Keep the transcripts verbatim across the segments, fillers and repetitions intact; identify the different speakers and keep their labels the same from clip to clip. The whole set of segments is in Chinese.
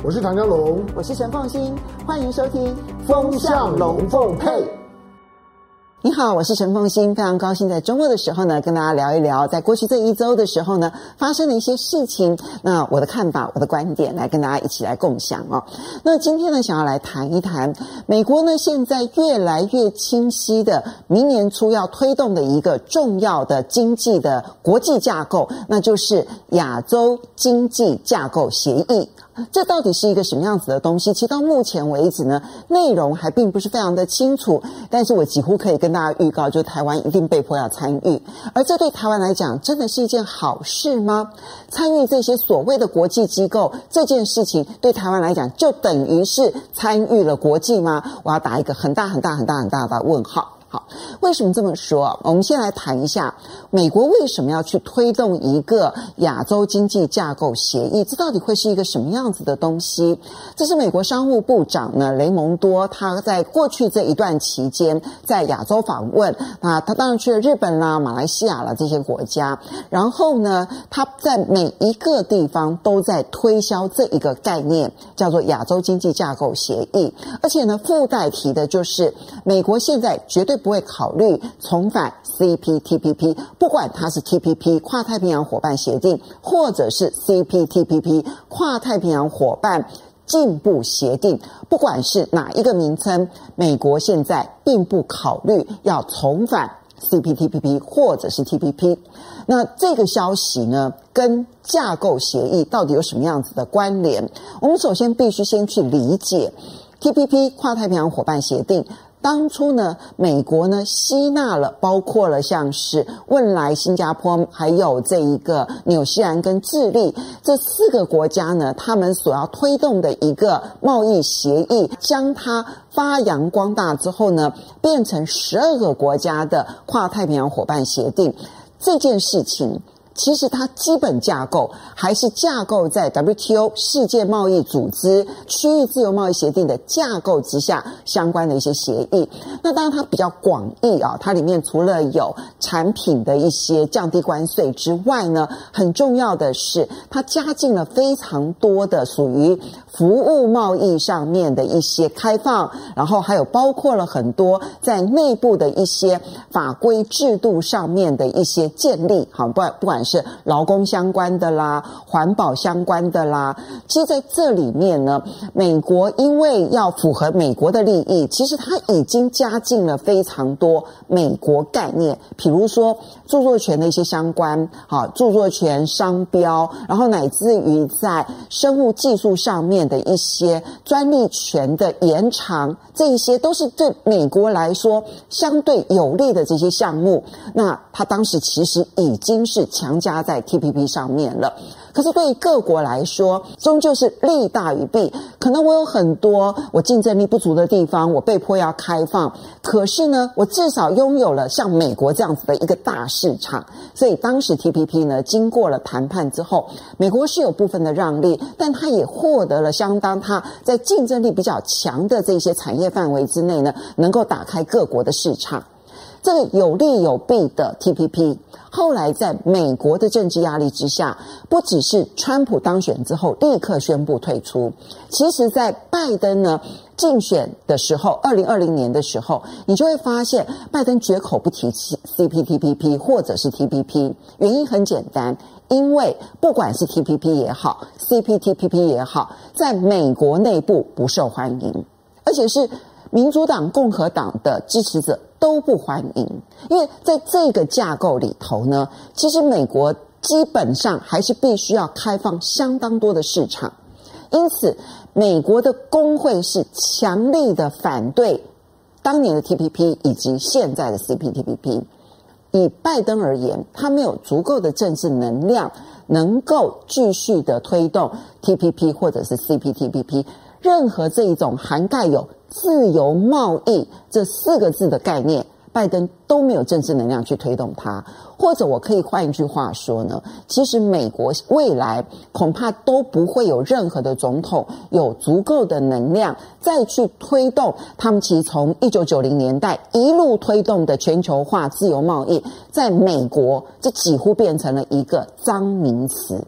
Speaker 1: 我是唐家龙，
Speaker 2: 我是陈凤馨，欢迎收听
Speaker 1: 风向龙凤配。
Speaker 2: 你好，我是陈凤馨，非常高兴在周末的时候呢，跟大家聊一聊，在过去这一周的时候呢，发生的一些事情。那我的看法，我的观点，来跟大家一起来共享哦。那今天呢，想要来谈一谈美国呢，现在越来越清晰的，明年初要推动的一个重要的经济的国际架构，那就是亚洲经济架构协议。这到底是一个什么样子的东西？其实到目前为止呢，内容还并不是非常的清楚，但是我几乎可以跟大家预告，就台湾一定被迫要参与。而这对台湾来讲，真的是一件好事吗？参与这些所谓的国际机构，这件事情对台湾来讲，就等于是参与了国际吗？我要打一个很大很大很大很大的问号。好，为什么这么说？我们先来谈一下美国为什么要去推动一个亚洲经济架构协议，这到底会是一个什么样子的东西？这是美国商务部长呢雷蒙多，他在过去这一段期间在亚洲访问，那他当然去了日本啦、马来西亚啦这些国家，然后呢他在每一个地方都在推销这一个概念，叫做亚洲经济架构协议。而且呢附带提的就是美国现在绝对不会考虑重返 C P T P P， 不管它是 T P P 跨太平洋伙伴协定，或者是 C P T P P 跨太平洋伙伴进步协定，不管是哪一个名称，美国现在并不考虑要重返 C P T P P 或者是 T P P。 那这个消息呢跟架构协议到底有什么样子的关联？我们首先必须先去理解 T P P 跨太平洋伙伴协定。当初呢，美国呢吸纳了包括了像是汶莱、新加坡，还有这一个纽西兰跟智利这四个国家呢，他们所要推动的一个贸易协议，将它发扬光大之后呢，变成十二个国家的跨太平洋伙伴协定。这件事情其实它基本架构还是架构在 W T O 世界贸易组织区域自由贸易协定的架构之下相关的一些协议。那当然它比较广义啊，它里面除了有产品的一些降低关税之外呢，很重要的是它加进了非常多的属于服务贸易上面的一些开放，然后还有包括了很多在内部的一些法规制度上面的一些建立，好，不管不管是劳工相关的啦，环保相关的啦，其实在这里面呢，美国因为要符合美国的利益，其实它已经加进了非常多美国概念，比如说著作权的一些相关，好，著作权、商标，然后乃至于在生物技术上面的一些专利权的延长，这一些都是对美国来说相对有利的这些项目。那它当时其实已经是强加在 T P P 上面了。可是对于各国来说，终究是利大于弊。可能我有很多我竞争力不足的地方，我被迫要开放，可是呢，我至少拥有了像美国这样子的一个大市场。所以当时 T P P 呢，经过了谈判之后，美国是有部分的让利，但它也获得了相当它在竞争力比较强的这些产业范围之内呢，能够打开各国的市场。这个有利有弊的 T P P， 后来在美国的政治压力之下，不只是川普当选之后立刻宣布退出，其实在拜登呢竞选的时候，二零二零年的时候，你就会发现拜登绝口不提 C P T P P 或者是 T P P， 原因很简单，因为不管是 T P P 也好 C P T P P 也好，在美国内部不受欢迎，而且是民主党、共和党的支持者都不欢迎。因为在这个架构里头呢，其实美国基本上还是必须要开放相当多的市场，因此美国的工会是强力的反对当年的 T P P 以及现在的 C P T P P。 以拜登而言，他没有足够的政治能量能够继续的推动 T P P 或者是 C P T P P， 任何这一种涵盖有自由贸易这四个字的概念，拜登都没有政治能量去推动它。或者我可以换一句话说呢，其实美国未来恐怕都不会有任何的总统有足够的能量再去推动他们其实从一九九零年代一路推动的全球化自由贸易，在美国这几乎变成了一个脏名词。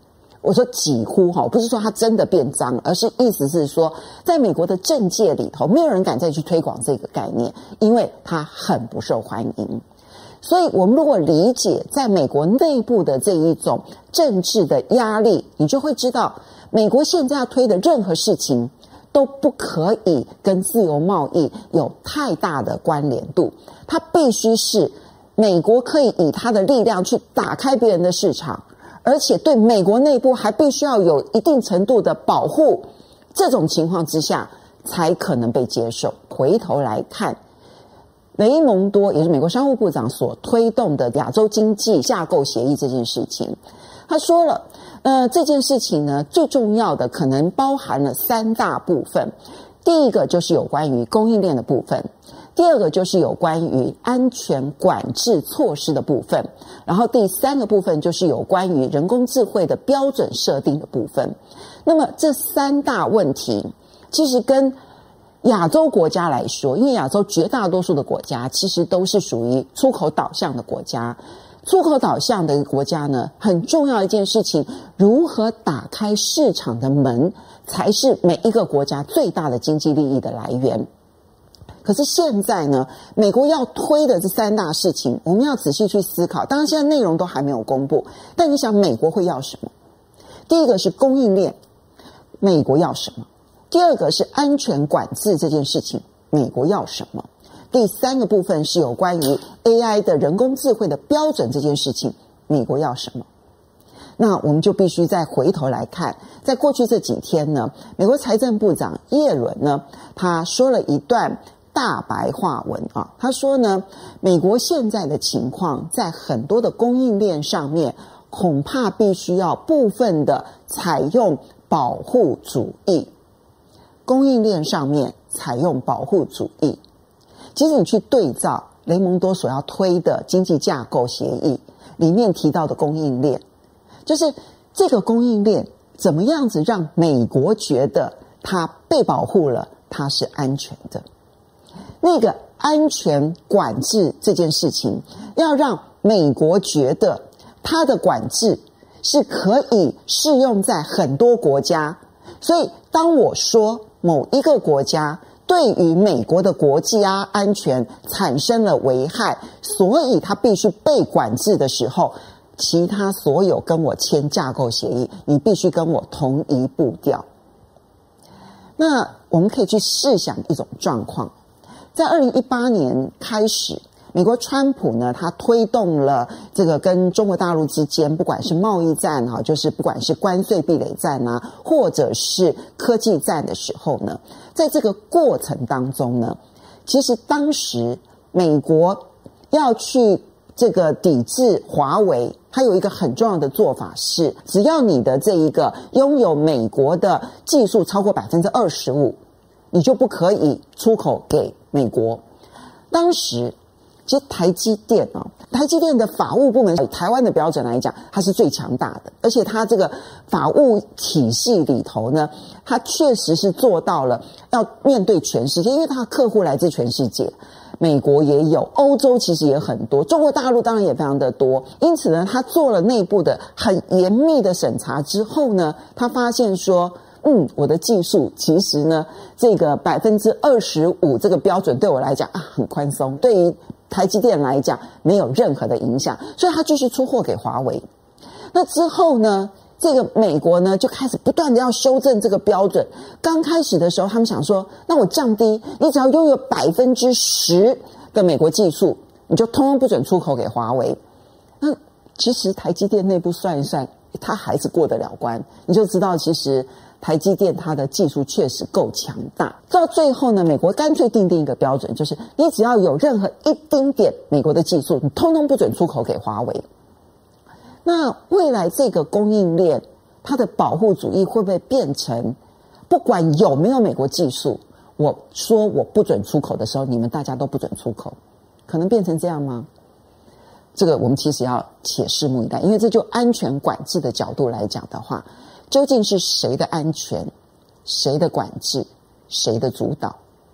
Speaker 2: 我说几乎哈，不是说它真的变脏，而是意思是说，在美国的政界里头，没有人敢再去推广这个概念，因为它很不受欢迎。所以我们如果理解在美国内部的这一种政治的压力，你就会知道，美国现在要推的任何事情都不可以跟自由贸易有太大的关联度，它必须是美国可以以它的力量去打开别人的市场，而且对美国内部还必须要有一定程度的保护，这种情况之下才可能被接受。回头来看雷蒙多也是美国商务部长所推动的亚洲经济架构协议这件事情，他说了呃，这件事情呢，最重要的可能包含了三大部分。第一个就是有关于供应链的部分，第二个就是有关于安全管制措施的部分，然后第三个部分就是有关于人工智慧的标准设定的部分。那么这三大问题其实跟亚洲国家来说，因为亚洲绝大多数的国家其实都是属于出口导向的国家，出口导向的国家呢，很重要一件事情，如何打开市场的门，才是每一个国家最大的经济利益的来源。可是现在呢，美国要推的这三大事情，我们要仔细去思考。当然现在内容都还没有公布，但你想美国会要什么？第一个是供应链，美国要什么？第二个是安全管制这件事情，美国要什么？第三个部分是有关于 A I 的人工智慧的标准这件事情，美国要什么？那我们就必须再回头来看，在过去这几天呢，美国财政部长耶伦呢，他说了一段大白话文啊，他说呢，美国现在的情况在很多的供应链上面，恐怕必须要部分的采用保护主义。供应链上面采用保护主义，其实你去对照雷蒙多所要推的经济架构协议里面提到的供应链，就是这个供应链怎么样子让美国觉得它被保护了，它是安全的。那个安全管制这件事情，要让美国觉得它的管制是可以适用在很多国家。所以当我说某一个国家对于美国的国家安全产生了危害，所以它必须被管制的时候，其他所有跟我签架构协议，你必须跟我同一步调。那我们可以去试想一种状况，在二零一八年开始，美国川普呢，他推动了这个跟中国大陆之间，不管是贸易战啊，就是不管是关税壁垒战啊，或者是科技战的时候呢，在这个过程当中呢，其实当时美国要去这个抵制华为，它有一个很重要的做法是，只要你的这一个拥有美国的技术超过 百分之二十五， 你就不可以出口给美国。当时其实台积电啊，台积电的法务部门以台湾的标准来讲，它是最强大的，而且它这个法务体系里头呢，它确实是做到了要面对全世界，因为它的客户来自全世界，美国也有，欧洲其实也很多，中国大陆当然也非常的多。因此呢，他做了内部的很严密的审查之后呢，他发现说，嗯，我的技术其实呢，这个 百分之二十五 这个标准对我来讲啊很宽松，对于台积电来讲没有任何的影响，所以他继续出货给华为。那之后呢，这个美国呢就开始不断的要修正这个标准。刚开始的时候，他们想说，那我降低，你只要拥有 百分之十 的美国技术，你就通通不准出口给华为。那其实台积电内部算一算，它还是过得了关，你就知道其实台积电它的技术确实够强大。到最后呢，美国干脆定定一个标准，就是你只要有任何一丁点美国的技术，你通通不准出口给华为。那未来这个供应链它的保护主义会不会变成，不管有没有美国技术，我说我不准出口的时候，你们大家都不准出口，可能变成这样吗？这个我们其实要且拭目以待，因为这就安全管制的角度来讲的话，究竟是谁的安全，谁的管制，谁的主导？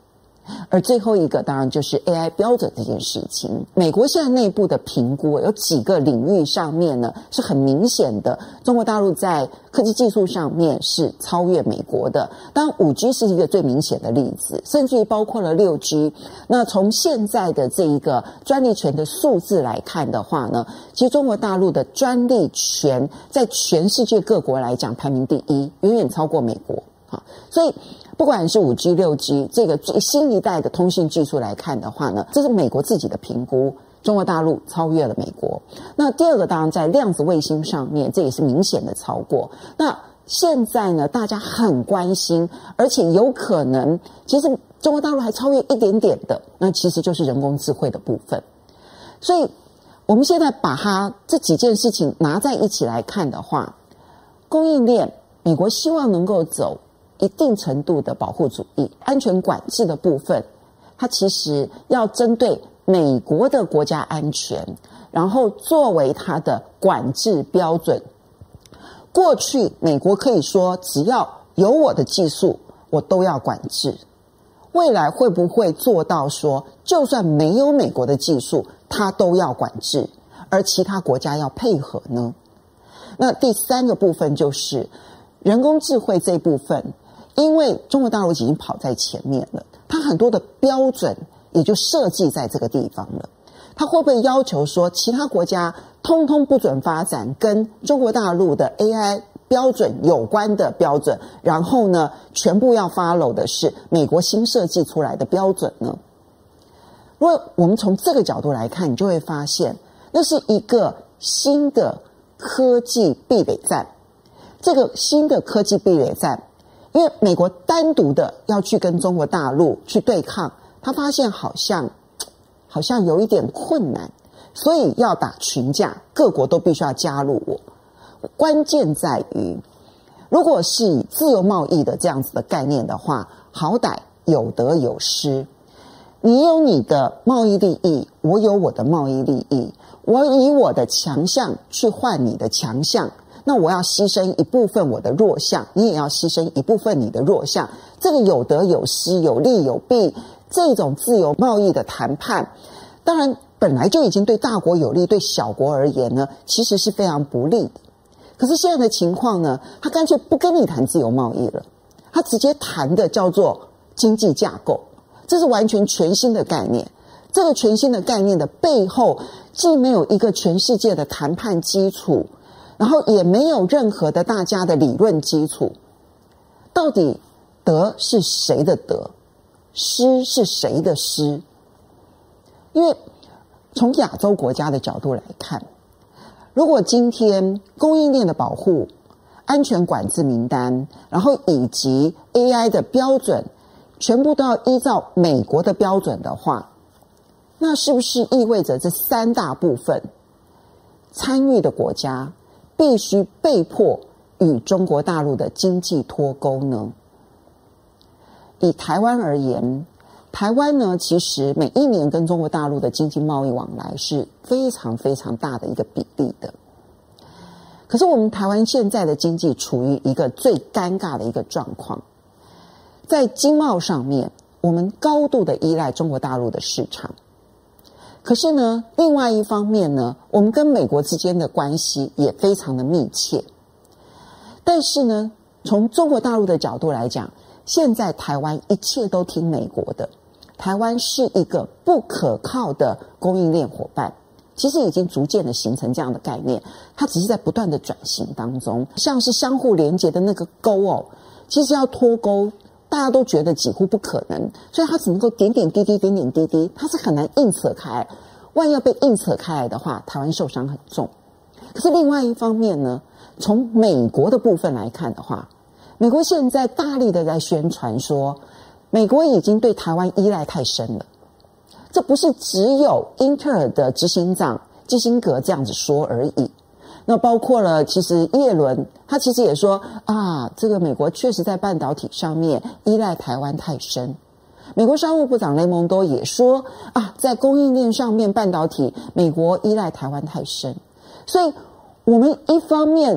Speaker 2: 而最后一个当然就是 A I 标准这件事情。美国现在内部的评估有几个领域上面呢是很明显的，中国大陆在科技技术上面是超越美国的。当然 五 G 是一个最明显的例子，甚至于包括了 六 G。 那从现在的这一个专利权的数字来看的话呢，其实中国大陆的专利权在全世界各国来讲排名第一，远远超过美国。好，所以不管是 五 G 六 G 这个最新一代的通信技术来看的话呢，这是美国自己的评估，中国大陆超越了美国。那第二个当然在量子卫星上面，这也是明显的超过。那现在呢大家很关心，而且有可能其实中国大陆还超越一点点的，那其实就是人工智慧的部分。所以我们现在把它这几件事情拿在一起来看的话，供应链美国希望能够走一定程度的保护主义，安全管制的部分它其实要针对美国的国家安全，然后作为它的管制标准。过去美国可以说只要有我的技术我都要管制，未来会不会做到说就算没有美国的技术它都要管制，而其他国家要配合呢？那第三个部分就是人工智慧这一部分，因为中国大陆已经跑在前面了，它很多的标准也就设计在这个地方了。它会不会要求说其他国家通通不准发展跟中国大陆的 A I 标准有关的标准，然后呢全部要 follow 的是美国新设计出来的标准呢？如果我们从这个角度来看，你就会发现那是一个新的科技壁垒战。这个新的科技壁垒战，因为美国单独的要去跟中国大陆去对抗，他发现好像好像有一点困难，所以要打群架，各国都必须要加入我。关键在于，如果是以自由贸易的这样子的概念的话，好歹有得有失。你有你的贸易利益，我有我的贸易利益，我以我的强项去换你的强项，那我要牺牲一部分我的弱项，你也要牺牲一部分你的弱项，这个有得有失，有利有弊。这种自由贸易的谈判，当然本来就已经对大国有利，对小国而言呢其实是非常不利的。可是现在的情况呢，他干脆不跟你谈自由贸易了，他直接谈的叫做经济架构，这是完全全新的概念。这个全新的概念的背后，既没有一个全世界的谈判基础，然后也没有任何的大家的理论基础。到底得是谁的得，失是谁的失？因为从亚洲国家的角度来看，如果今天供应链的保护、安全管制名单，然后以及 A I 的标准全部都要依照美国的标准的话，那是不是意味着这三大部分参与的国家必须被迫与中国大陆的经济脱钩呢？以台湾而言，台湾呢其实每一年跟中国大陆的经济贸易往来是非常非常大的一个比例的。可是我们台湾现在的经济处于一个最尴尬的一个状况，在经贸上面我们高度的依赖中国大陆的市场，可是呢另外一方面呢，我们跟美国之间的关系也非常的密切。但是呢从中国大陆的角度来讲，现在台湾一切都听美国的，台湾是一个不可靠的供应链伙伴，其实已经逐渐的形成这样的概念，它只是在不断的转型当中，像是相互连接的那个钩哦，其实要脱钩大家都觉得几乎不可能，所以它只能够点点滴滴点点滴滴，它是很难硬扯开，万一要被硬扯开来的话，台湾受伤很重。可是另外一方面呢，从美国的部分来看的话，美国现在大力的在宣传说，美国已经对台湾依赖太深了。这不是只有英特尔的执行长基辛格这样子说而已。那包括了其实耶伦，他其实也说啊，这个美国确实在半导体上面依赖台湾太深。美国商务部长雷蒙多也说啊，在供应链上面半导体美国依赖台湾太深。所以我们一方面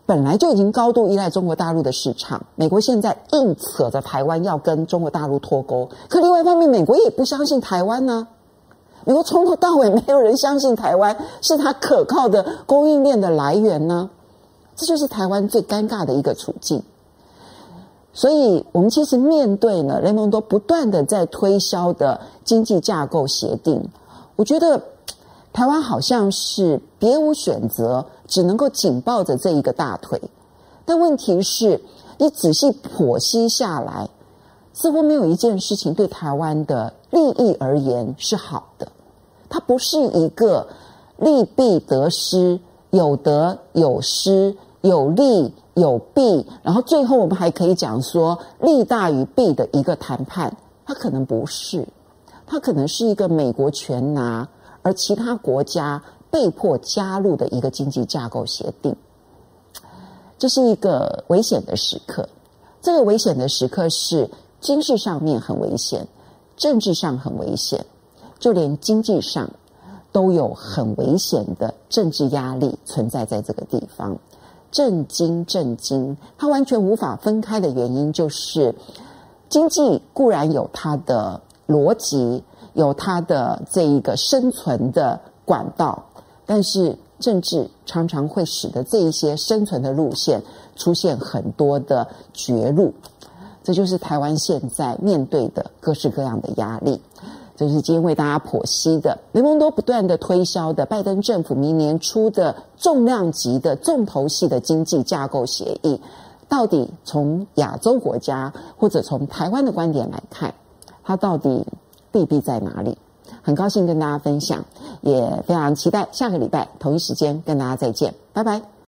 Speaker 2: 本来就已经高度依赖中国大陆的市场，美国现在硬扯着台湾要跟中国大陆脱钩，可另外一方面，美国也不相信台湾呢、啊。美国从头到尾没有人相信台湾是它可靠的供应链的来源呢，这就是台湾最尴尬的一个处境。所以我们其实面对呢雷蒙多不断的在推销的经济架构协定，我觉得台湾好像是别无选择，只能够紧抱着这一个大腿。但问题是你仔细剖析下来，似乎没有一件事情对台湾的利益而言是好的，它不是一个利弊得失，有得有失，有利有弊，然后最后我们还可以讲说利大于弊的一个谈判，它可能不是，它可能是一个美国全拿，而其他国家被迫加入的一个经济架构协定。这是一个危险的时刻，这个危险的时刻是军事上面很危险，政治上很危险，就连经济上都有很危险的政治压力存在在这个地方。政经政经它完全无法分开的原因，就是经济固然有它的逻辑，有它的这一个生存的管道，但是政治常常会使得这一些生存的路线出现很多的绝路。这就是台湾现在面对的各式各样的压力。这就是今天为大家剖析的雷蒙多不断的推销的拜登政府明年初的重量级的重头戏的经济架构协议，到底从亚洲国家或者从台湾的观点来看，它到底弊弊在哪里？很高兴跟大家分享，也非常期待下个礼拜同一时间跟大家再见，拜拜。